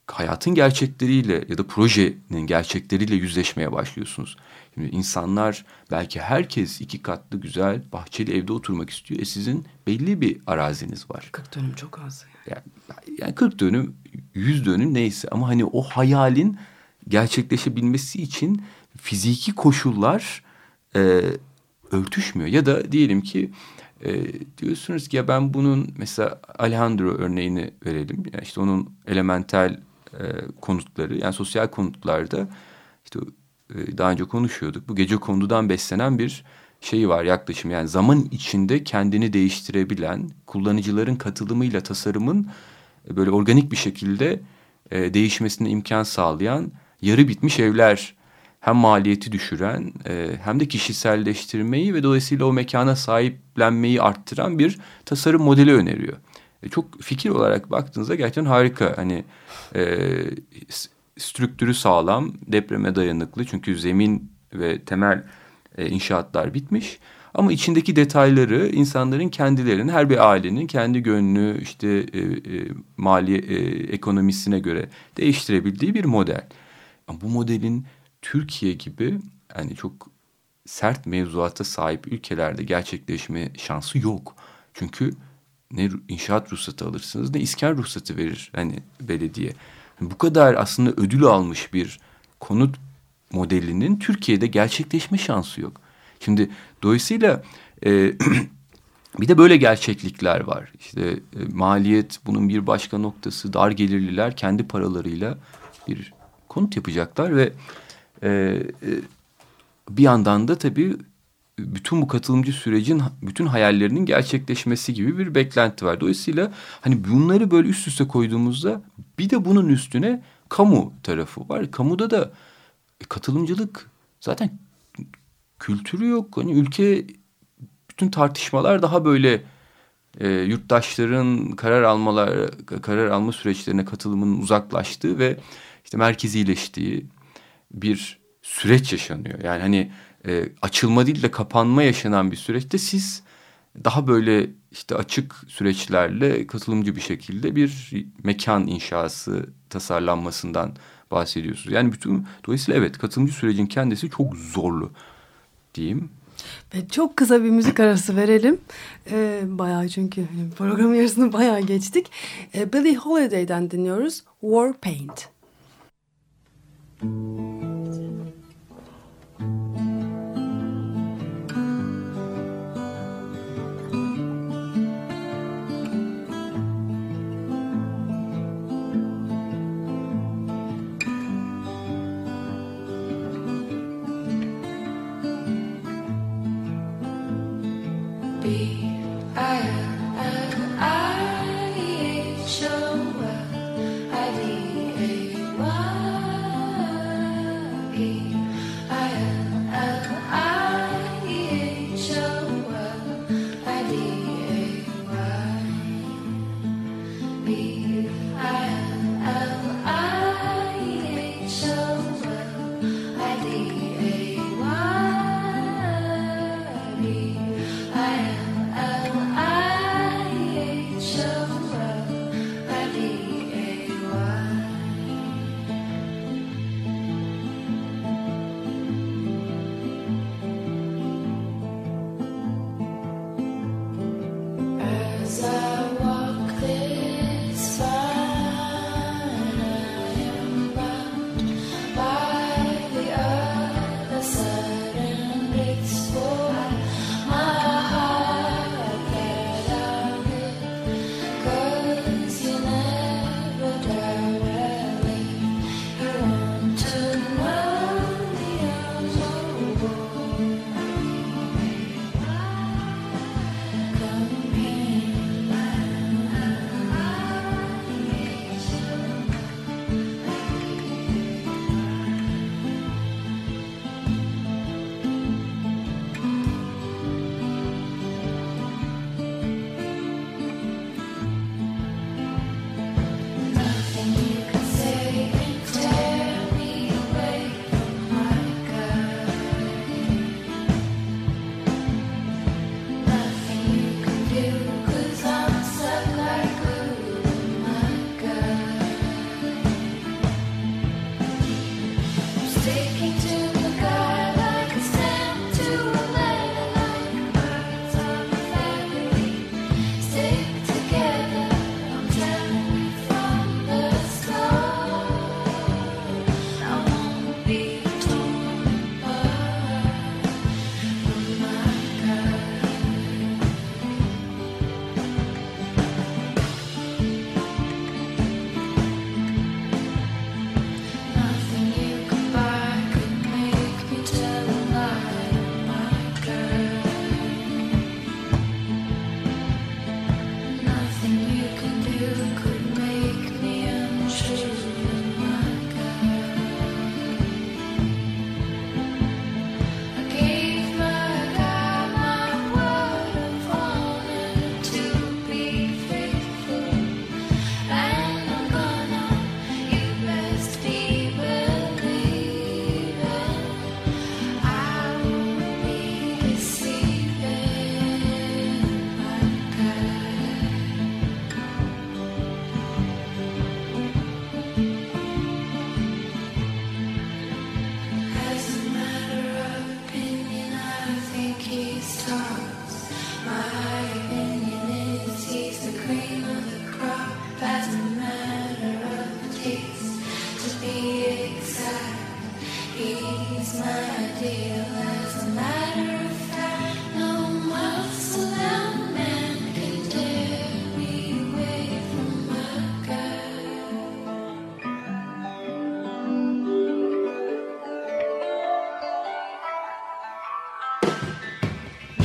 hayatın gerçekleriyle ya da projenin gerçekleriyle yüzleşmeye başlıyorsunuz. Şimdi insanlar, belki herkes iki katlı güzel bahçeli evde oturmak istiyor. E sizin belli bir araziniz var. kırk dönüm çok az. Yani, yani kırk dönüm, yüz dönüm neyse, ama hani o hayalin gerçekleşebilmesi için fiziki koşullar e, örtüşmüyor. Ya da diyelim ki e, diyorsunuz ki ya ben bunun, mesela Alejandro örneğini verelim. Yani işte onun elemental e, konutları, yani sosyal konutlarda işte e, daha önce konuşuyorduk. Bu gecekondudan beslenen bir şeyi var, yaklaşım. Yani zaman içinde kendini değiştirebilen, kullanıcıların katılımıyla tasarımın e, böyle organik bir şekilde e, değişmesine imkan sağlayan yarı bitmiş evler, hem maliyeti düşüren e, hem de kişiselleştirmeyi ve dolayısıyla o mekana sahiplenmeyi arttıran bir tasarım modeli öneriyor. E, çok fikir olarak baktığınızda gerçekten harika. Hani e, strüktürü sağlam, depreme dayanıklı, çünkü zemin ve temel e, inşaatlar bitmiş. Ama içindeki detayları insanların kendilerinin, her bir ailenin kendi gönlü, işte e, e, mali e, ekonomisine göre değiştirebildiği bir model. Ama bu modelin Türkiye gibi yani çok sert mevzuata sahip ülkelerde gerçekleşme şansı yok. Çünkü ne inşaat ruhsatı alırsınız, ne iskan ruhsatı verir hani belediye. Bu kadar aslında ödül almış bir konut modelinin Türkiye'de gerçekleşme şansı yok. Şimdi dolayısıyla e, bir de böyle gerçeklikler var. İşte e, maliyet bunun bir başka noktası. Dar gelirliler kendi paralarıyla bir konut yapacaklar ve e, e, bir yandan da tabii bütün bu katılımcı sürecin bütün hayallerinin gerçekleşmesi gibi bir beklenti var. Dolayısıyla hani bunları böyle üst üste koyduğumuzda bir de bunun üstüne kamu tarafı var. Kamuda da katılımcılık zaten kültürü yok. Hani ülke, bütün tartışmalar daha böyle e, yurttaşların karar almalar karar alma süreçlerine katılımının uzaklaştığı ve işte merkezileştiği bir süreç yaşanıyor. Yani hani e, açılma değil de kapanma yaşanan bir süreçte siz daha böyle işte açık süreçlerle katılımcı bir şekilde bir mekan inşası tasarlanmasından bahsediyorsunuz. Yani bütün, dolayısıyla evet, katılımcı sürecin kendisi çok zorlu diyeyim. Ve çok kısa bir müzik arası verelim. Ee, bayağı, çünkü programın yarısını bayağı geçtik. Ee, Billie Holiday'den dinliyoruz. War Paint. I am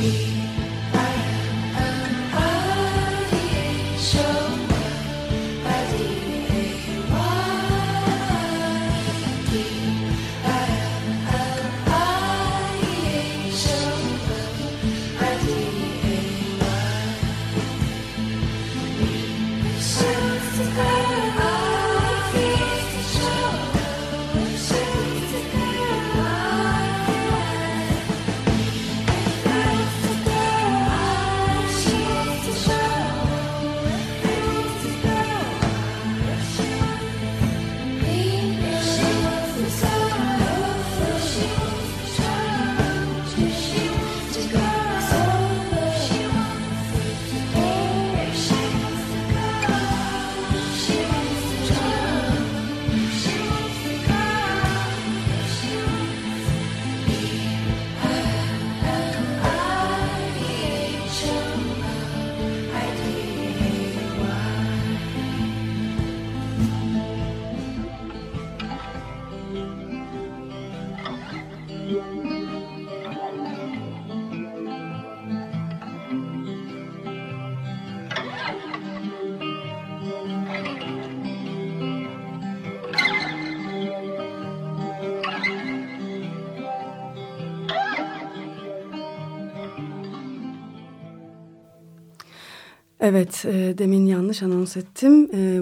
Evet, e, demin yanlış anons ettim. E,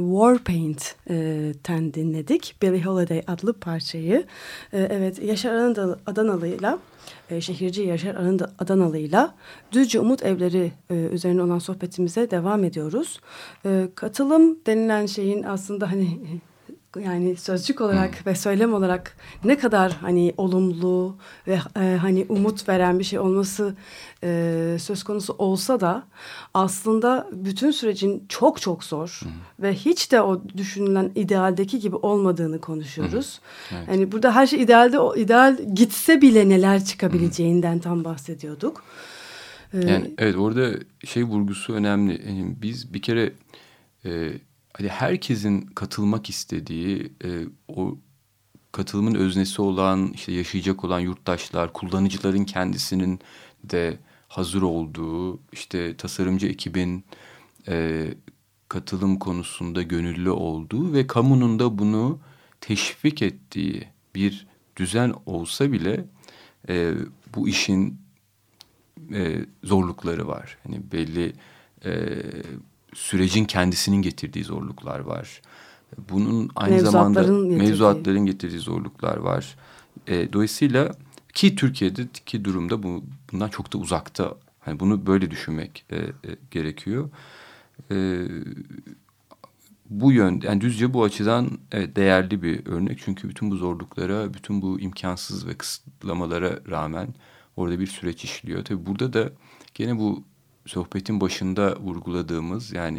Warpaint'ten dinledik. Billie Holiday adlı parçayı. E, evet, Yaşar Adanalı'yla, e, şehirci Yaşar Adanalı'yla Düzce Umut Evleri e, üzerine olan sohbetimize devam ediyoruz. E, katılım denilen şeyin aslında hani... Yani sözcük olarak hmm. ve söylem olarak ne kadar hani olumlu ve e, hani umut veren bir şey olması e, söz konusu olsa da aslında bütün sürecin çok çok zor hmm. ve hiç de o düşünülen idealdeki gibi olmadığını konuşuyoruz. Hmm. Evet. Yani burada her şey idealde ideal gitse bile neler çıkabileceğinden hmm. tam bahsediyorduk. Ee, yani evet, orada şey vurgusu önemli. Yani biz bir kere e, hani herkesin katılmak istediği, e, o katılımın öznesi olan, işte yaşayacak olan yurttaşlar, kullanıcıların kendisinin de hazır olduğu, işte tasarımcı ekibin e, katılım konusunda gönüllü olduğu ve kamunun da bunu teşvik ettiği bir düzen olsa bile e, bu işin e, zorlukları var. Hani belli e, sürecin kendisinin getirdiği zorluklar var. Bunun aynı zamanda getirdiği. mevzuatların getirdiği zorluklar var. E, dolayısıyla ki Türkiye'deki durumda bu bundan çok da uzakta. Hani bunu böyle düşünmek e, e, gerekiyor. E, bu yönde, yani Düzce bu açıdan evet, değerli bir örnek. Çünkü bütün bu zorluklara, bütün bu imkansız ve kısıtlamalara rağmen orada bir süreç işliyor. Tabii burada da gene bu sohbetin başında vurguladığımız, yani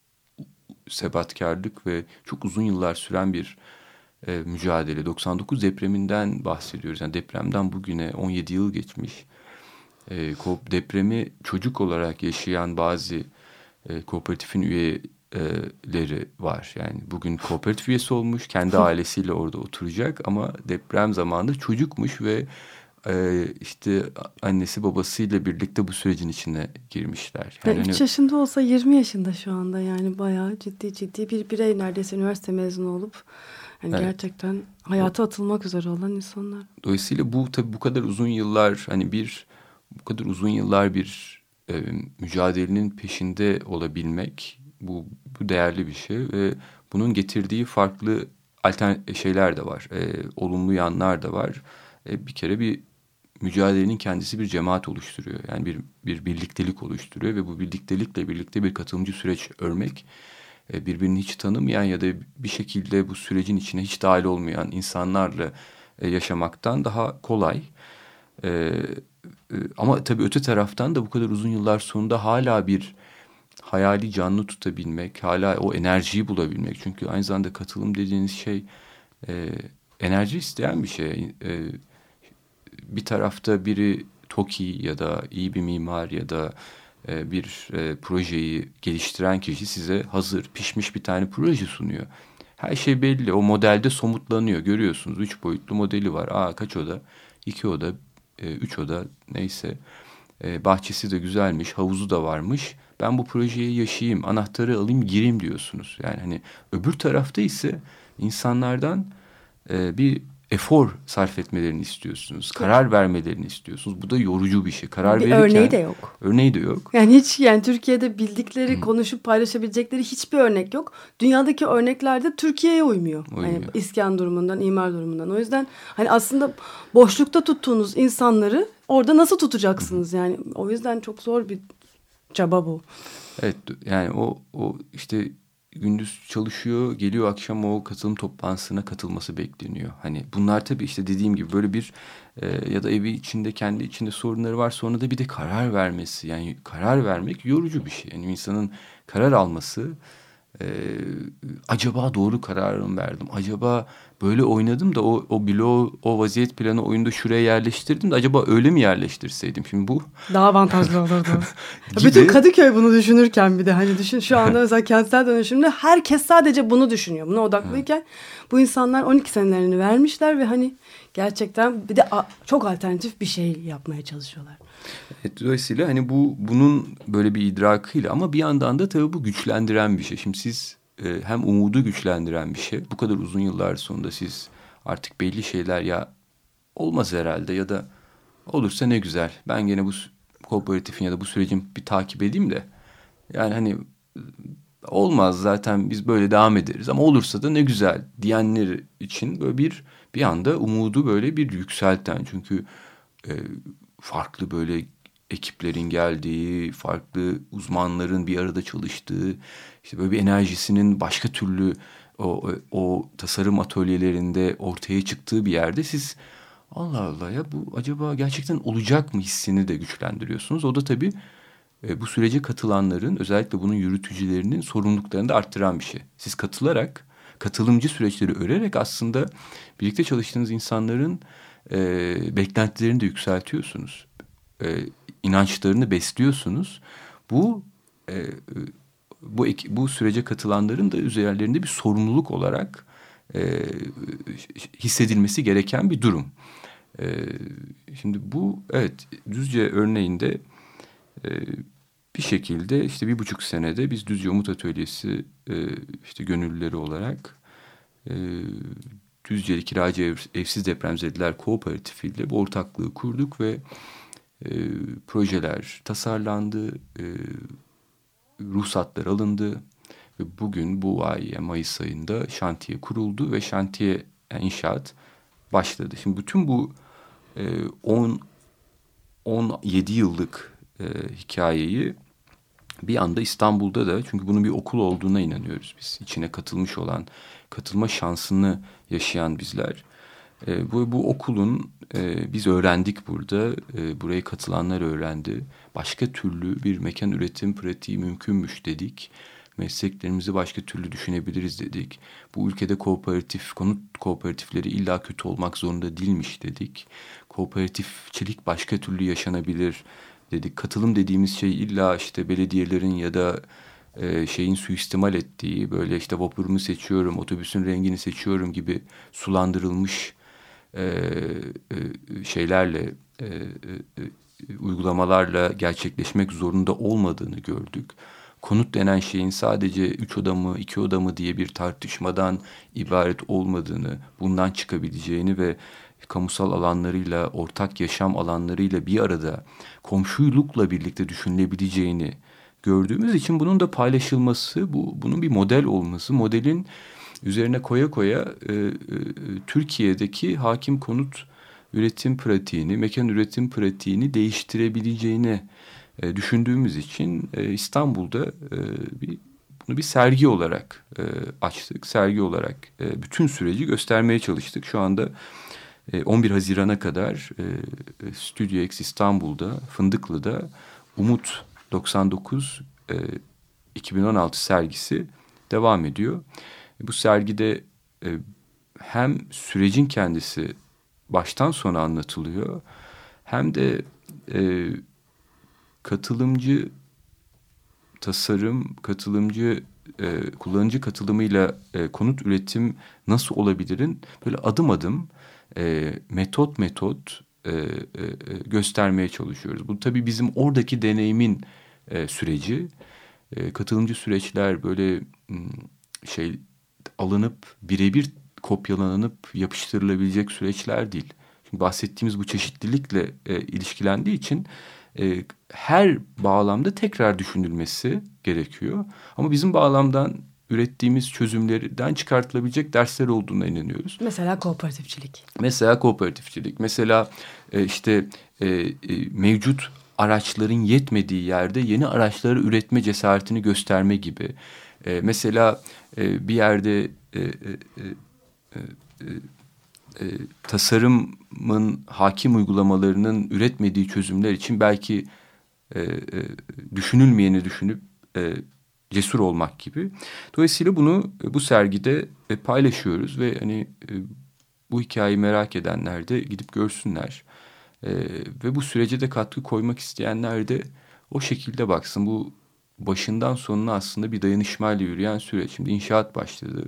sebatkarlık ve çok uzun yıllar süren bir e, mücadele. doksan dokuz depreminden bahsediyoruz. Yani depremden bugüne on yedi yıl geçmiş. E, depremi çocuk olarak yaşayan bazı e, kooperatifin üyeleri var. Yani bugün kooperatif üyesi olmuş, kendi ailesiyle orada oturacak ama deprem zamanında çocukmuş ve Ee, işte annesi babasıyla birlikte bu sürecin içine girmişler. Yani üç hani... yaşında olsa yirmi yaşında şu anda, yani bayağı ciddi ciddi bir birey, neredeyse üniversite mezunu olup hani evet. gerçekten hayata atılmak üzere olan insanlar. Dolayısıyla bu tabii bu kadar uzun yıllar, hani bir bu kadar uzun yıllar bir e, mücadelenin peşinde olabilmek bu, bu değerli bir şey ve bunun getirdiği farklı alternatif şeyler de var. E, olumlu yanlar da var. E, bir kere bir mücadelenin kendisi bir cemaat oluşturuyor. Yani bir bir birliktelik oluşturuyor ve bu birliktelikle birlikte bir katılımcı süreç örmek, e, birbirini hiç tanımayan ya da bir şekilde bu sürecin içine hiç dahil olmayan insanlarla e, yaşamaktan daha kolay. E, e, ama tabii öte taraftan da bu kadar uzun yıllar sonunda hala bir hayali canlı tutabilmek, hala o enerjiyi bulabilmek. Çünkü aynı zamanda katılım dediğiniz şey e, enerji isteyen bir şey. E, bir tarafta biri TOKİ ya da iyi bir mimar ya da e, bir e, projeyi geliştiren kişi size hazır, pişmiş bir tane proje sunuyor. Her şey belli. O modelde somutlanıyor. Görüyorsunuz. Üç boyutlu modeli var. Aa, kaç oda? İki oda, e, üç oda, neyse. E, bahçesi de güzelmiş, havuzu da varmış. Ben bu projeyi yaşayayım, anahtarı alayım, gireyim diyorsunuz. Yani hani öbür tarafta ise insanlardan e, bir efor sarf etmelerini istiyorsunuz. Karar vermelerini istiyorsunuz. Bu da yorucu bir şey. Karar bir verirken örneği de yok. Örneği de yok. Yani hiç, yani Türkiye'de bildikleri, hmm. konuşup paylaşabilecekleri hiçbir örnek yok. Dünyadaki örnekler de Türkiye'ye uymuyor. uymuyor. Yani iskan durumundan, imar durumundan. O yüzden hani aslında boşlukta tuttuğunuz insanları orada nasıl tutacaksınız? Hmm. Yani o yüzden çok zor bir çaba bu. Evet, yani o o işte gündüz çalışıyor, geliyor akşam o katılım toplantısına katılması bekleniyor. Hani bunlar tabii işte dediğim gibi böyle bir e, ya da evi içinde kendi içinde sorunları var. Sonra da bir de karar vermesi. Yani karar vermek yorucu bir şey. Yani insanın karar alması, e, acaba doğru kararı mı verdim? Acaba böyle oynadım da o o bloğu, o vaziyet planı oyunda şuraya yerleştirdim de acaba öyle mi yerleştirseydim? Şimdi bu daha avantajlı olurdu. Bütün Kadıköy bunu düşünürken bir de hani düşün şu anda mesela kentsel dönüşümde herkes sadece bunu düşünüyor. Buna odaklıyken bu insanlar on iki senelerini vermişler ve hani gerçekten bir de çok alternatif bir şey yapmaya çalışıyorlar. Evet, dolayısıyla hani bu bunun böyle bir idrakıyla ama bir yandan da tabii bu güçlendiren bir şey. Şimdi siz e, hem umudu güçlendiren bir şey. Bu kadar uzun yıllar sonunda siz artık belli şeyler ya olmaz herhalde ya da olursa ne güzel. Ben gene bu kooperatifin ya da bu sürecin bir takip edeyim de yani hani olmaz zaten biz böyle devam ederiz ama olursa da ne güzel diyenler için böyle bir bir anda umudu böyle bir yükselten çünkü e, farklı böyle ekiplerin geldiği, farklı uzmanların bir arada çalıştığı, işte böyle bir enerjisinin başka türlü o, o tasarım atölyelerinde ortaya çıktığı bir yerde siz Allah Allah ya bu acaba gerçekten olacak mı hissini de güçlendiriyorsunuz. O da tabii e, bu sürece katılanların özellikle bunun yürütücülerinin sorumluluklarını da arttıran bir şey. Siz katılarak, katılımcı süreçleri örerek aslında birlikte çalıştığınız insanların e, beklentilerini de yükseltiyorsunuz. E, inançlarını besliyorsunuz. Bu e, bu bu sürece katılanların da üzerlerinde bir sorumluluk olarak e, hissedilmesi gereken bir durum. E, şimdi bu evet Düzce örneğinde e, bir şekilde işte bir buçuk senede biz Düzce Umut Atölyesi e, işte gönüllüleri olarak e, Düzce'li Kiracı Ev, Evsiz Depremzedeler Kooperatifi ile bu ortaklığı kurduk ve e, projeler tasarlandı, e, ruhsatlar alındı ve bugün bu ay Mayıs ayında şantiye kuruldu ve şantiye yani inşaat başladı. Şimdi bütün bu on on yedi yıllık e, hikayeyi bir anda İstanbul'da da çünkü bunun bir okul olduğuna inanıyoruz biz. İçine katılmış olan, katılma şansını yaşayan bizler. E, bu, bu okulun e, biz öğrendik burada. E, buraya katılanlar öğrendi. Başka türlü bir mekan üretim pratiği mümkünmüş dedik. Mesleklerimizi başka türlü düşünebiliriz dedik. Bu ülkede kooperatif, konut kooperatifleri illa kötü olmak zorunda değilmiş dedik. Kooperatifçilik başka türlü yaşanabilir dedik. Katılım dediğimiz şey illa işte belediyelerin ya da e, şeyin suistimal ettiği böyle işte vapurumu seçiyorum, otobüsün rengini seçiyorum gibi sulandırılmış e, e, şeylerle, e, e, uygulamalarla gerçekleşmek zorunda olmadığını gördük. Konut denen şeyin sadece üç oda mı, iki oda mı diye bir tartışmadan ibaret olmadığını, bundan çıkabileceğini ve kamusal alanlarıyla, ortak yaşam alanlarıyla bir arada komşulukla birlikte düşünülebileceğini gördüğümüz için bunun da paylaşılması, bu bunun bir model olması, modelin üzerine koya koya e, e, Türkiye'deki hakim konut üretim pratiğini, mekan üretim pratiğini değiştirebileceğini e, düşündüğümüz için e, İstanbul'da e, bir bunu bir sergi olarak e, açtık. Sergi olarak e, bütün süreci göstermeye çalıştık. Şu anda e, on bir Haziran'a kadar e, Stüdyo X İstanbul'da, Fındıklı'da Umut doksan dokuz e, iki bin on altı sergisi devam ediyor. Bu sergide e, hem sürecin kendisi baştan sona anlatılıyor, hem de e, katılımcı tasarım, katılımcı e, kullanıcı katılımıyla e, konut üretim nasıl olabilirin böyle adım adım e, metot metot e, e, göstermeye çalışıyoruz. Bu tabii bizim oradaki deneyimin e, süreci. E, katılımcı süreçler böyle şey alınıp birebir kopyalanıp yapıştırılabilecek süreçler değil. Çünkü bahsettiğimiz bu çeşitlilikle e, ilişkilendiği için e, her bağlamda tekrar düşünülmesi gerekiyor. Ama bizim bağlamdan ürettiğimiz çözümlerden çıkartılabilecek dersler olduğuna inanıyoruz. Mesela kooperatifçilik. Mesela kooperatifçilik. Mesela e, işte e, e, mevcut araçların yetmediği yerde yeni araçları üretme cesaretini gösterme gibi. E, mesela e, bir yerde e, e, e, e, e, tasarımın hakim uygulamalarının üretmediği çözümler için belki e, e, düşünülmeyeni düşünüp e, cesur olmak gibi. Dolayısıyla bunu e, bu sergide e, paylaşıyoruz ve hani e, bu hikayeyi merak edenler de gidip görsünler. E, ve bu sürece de katkı koymak isteyenler de o şekilde baksın. Bu başından sonuna aslında bir dayanışmayla yürüyen süreç. Şimdi inşaat başladı.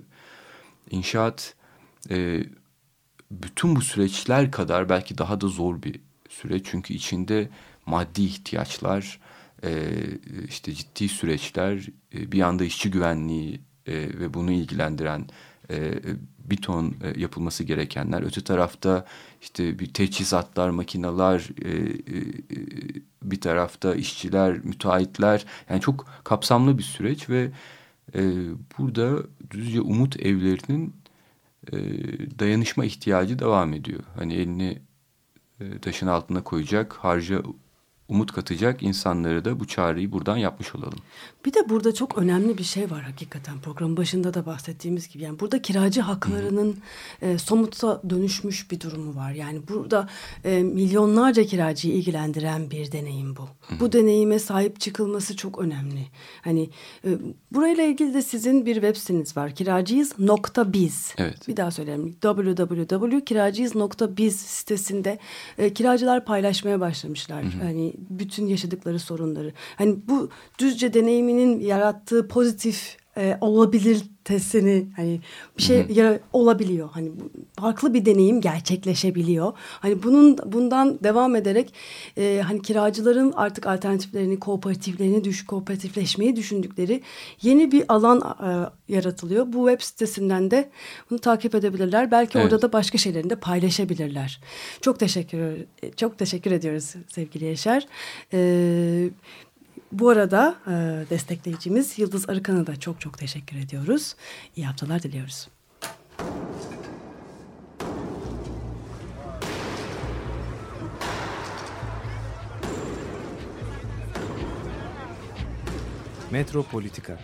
İnşaat e, bütün bu süreçler kadar belki daha da zor bir süreç. Çünkü içinde maddi ihtiyaçlar, e, işte ciddi süreçler, e, bir yanda işçi güvenliği e, ve bunu ilgilendiren e, bir ton e, yapılması gerekenler. Öte tarafta işte bir teçhizatlar, makineler, e, e, bir tarafta işçiler, müteahhitler. Yani çok kapsamlı bir süreç ve e, burada Düzce Umut Evleri'nin e, dayanışma ihtiyacı devam ediyor. Hani elini e, taşın altına koyacak, harca umut katacak insanlara da bu çağrıyı buradan yapmış olalım. Bir de burada çok önemli bir şey var hakikaten, programın başında da bahsettiğimiz gibi. Yani burada kiracı haklarının e, somuta dönüşmüş bir durumu var. Yani burada e, milyonlarca kiracıyı ilgilendiren bir deneyim bu. Hı-hı. Bu deneyime sahip çıkılması çok önemli. Hani e, burayla ilgili de sizin bir web siteniz var. kiracıyız nokta biz. Evet. Bir daha söyleyeyim. double-u double-u double-u nokta kiracıyız nokta biz sitesinde e, kiracılar paylaşmaya başlamışlar. Hı-hı. Hani bütün yaşadıkları sorunları. Hani bu Düzce deneyiminin yarattığı pozitif e, olabilitesini, hani bir şey yara- olabiliyor. Hani farklı bir deneyim gerçekleşebiliyor. Hani bunun bundan devam ederek e, hani kiracıların artık alternatiflerini, kooperatiflerini düş kooperatifleşmeyi düşündükleri yeni bir alan e, yaratılıyor. Bu web sitesinden de bunu takip edebilirler. Belki evet. Orada da başka şeylerini de paylaşabilirler. Çok teşekkür çok teşekkür ediyoruz sevgili Yaşar. Ee, bu arada e, destekleyicimiz Yıldız Arıkan'a da çok çok teşekkür ediyoruz. İyi haftalar diliyoruz. Metropolitika.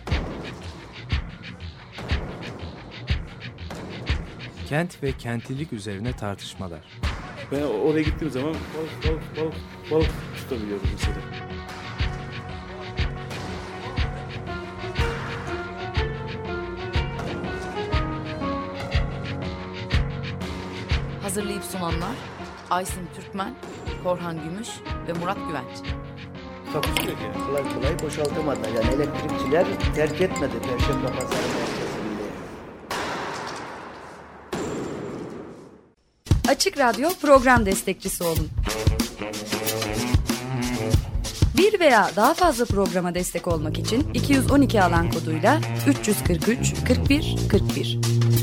Kent ve kentlilik üzerine tartışmalar. Ben oraya gittiğim zaman balık balık balık balık tutabiliyorum mesela. Hazırlayıp sunanlar Aysin Türkmen, Korhan Gümüş ve Murat Güvenç. Takusu yok yani. Kolay kolay boşaltamadı. Yani elektrikçiler terk etmedi Perşembe Pazarı merkezinde. Açık Radyo program destekçisi olun. Bir veya daha fazla programa destek olmak için iki yüz on iki alan koduyla üç yüz kırk üç kırk bir kırk bir.